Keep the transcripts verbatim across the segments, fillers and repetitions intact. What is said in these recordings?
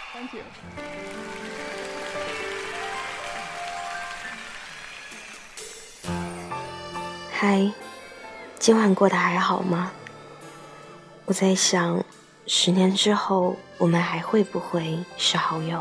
Thank you。 嗨，今晚过得还好吗？我在想，十年之后我们还会不会是好友？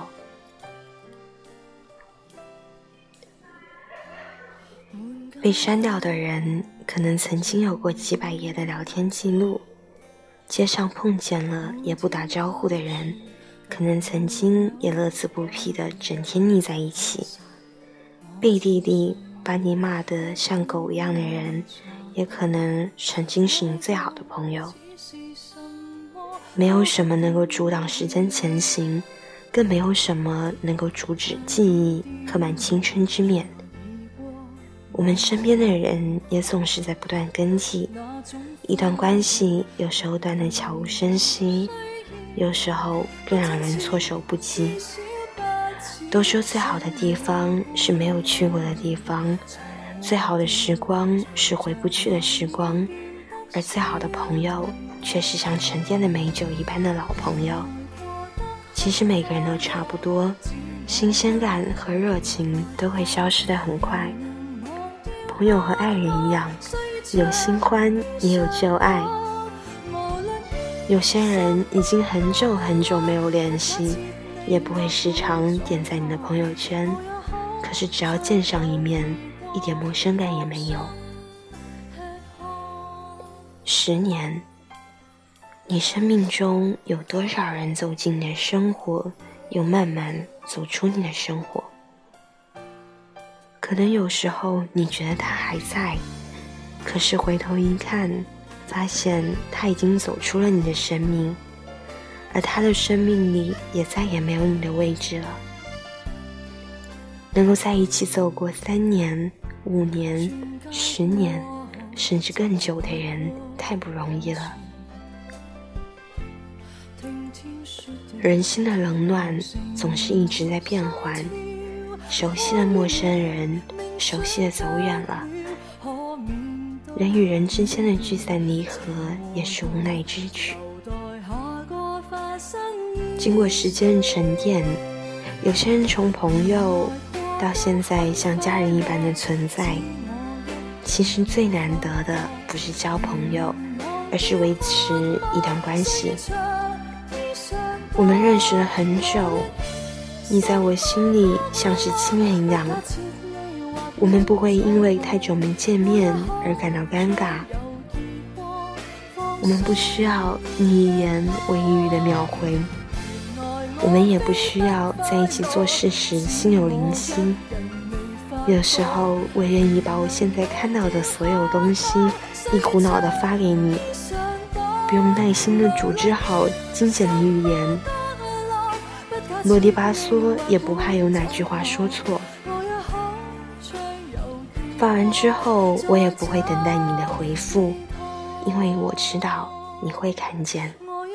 被删掉的人可能曾经有过几百页的聊天记录，街上碰见了也不打招呼的人，可能曾经也乐此不疲地整天腻在一起。背地里把你骂得像狗一样的人，也可能曾经是你最好的朋友。没有什么能够阻挡时间前行，更没有什么能够阻止记忆刻满青春之面。我们身边的人也总是在不断更替，一段关系有时候断得悄无声息，有时候更让人措手不及。都说最好的地方是没有去过的地方，最好的时光是回不去的时光，而最好的朋友却是像沉淀的美酒一般的老朋友。其实每个人都差不多，新鲜感和热情都会消失得很快。朋友和爱人一样，有新欢也有旧爱。有些人已经很久很久没有联系，也不会时常点在你的朋友圈，可是只要见上一面，一点陌生感也没有。十年，你生命中有多少人走进你的生活，又慢慢走出你的生活？可能有时候你觉得他还在，可是回头一看，发现他已经走出了你的生命，而他的生命里也再也没有你的位置了。能够在一起走过三年、五年、十年，甚至更久的人，太不容易了。人心的冷暖总是一直在变换，熟悉的陌生人，熟悉的走远了。人与人之间的聚散离合，也是无奈之举。经过时间沉淀，有些人从朋友到现在像家人一般的存在。其实最难得的不是交朋友，而是维持一段关系。我们认识了很久，你在我心里像是亲人一样，我们不会因为太久没见面而感到尴尬，我们不需要你一言我一语的秒回，我们也不需要在一起做事时心有灵犀。有时候我愿意把我现在看到的所有东西一股脑地发给你，不用耐心地组织好精简的语言，啰里吧嗦也不怕有哪句话说错。发完之后我也不会等待你的回复，因为我知道你会看见。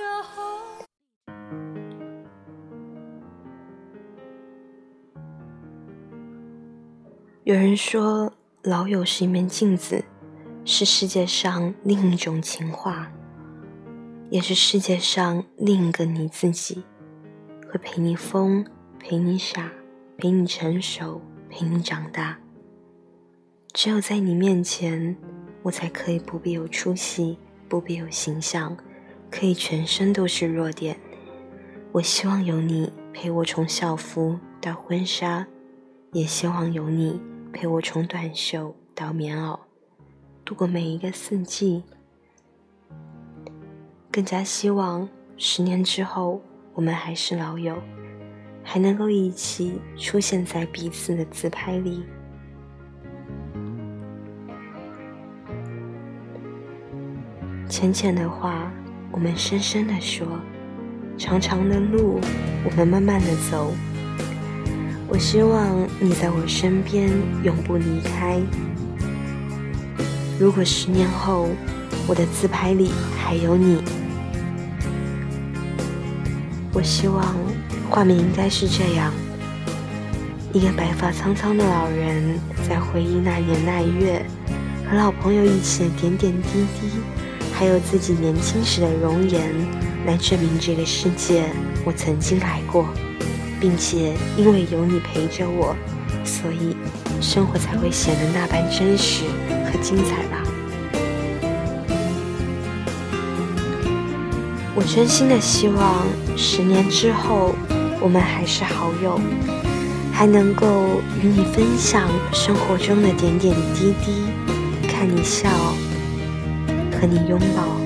有人说老友是一面镜子，是世界上另一种情话，也是世界上另一个你自己，会陪你疯，陪你傻，陪你成熟，陪你长大。只有在你面前，我才可以不必有出息，不必有形象，可以全身都是弱点。我希望有你陪我从校服到婚纱，也希望有你陪我从短袖到棉袄，度过每一个四季。更加希望十年之后我们还是老友，还能够一起出现在彼此的自拍里。浅浅的话我们深深的说，长长的路我们慢慢的走。我希望你在我身边永不离开。如果十年后我的自拍里还有你，我希望画面应该是这样：一个白发苍苍的老人在回忆那年那月，和老朋友一起的点点滴滴，还有自己年轻时的容颜，来证明这个世界我曾经来过，并且因为有你陪着我，所以生活才会显得那般真实和精彩吧。我真心的希望十年之后我们还是好友，还能够与你分享生活中的点点滴滴，看你笑，和你拥抱。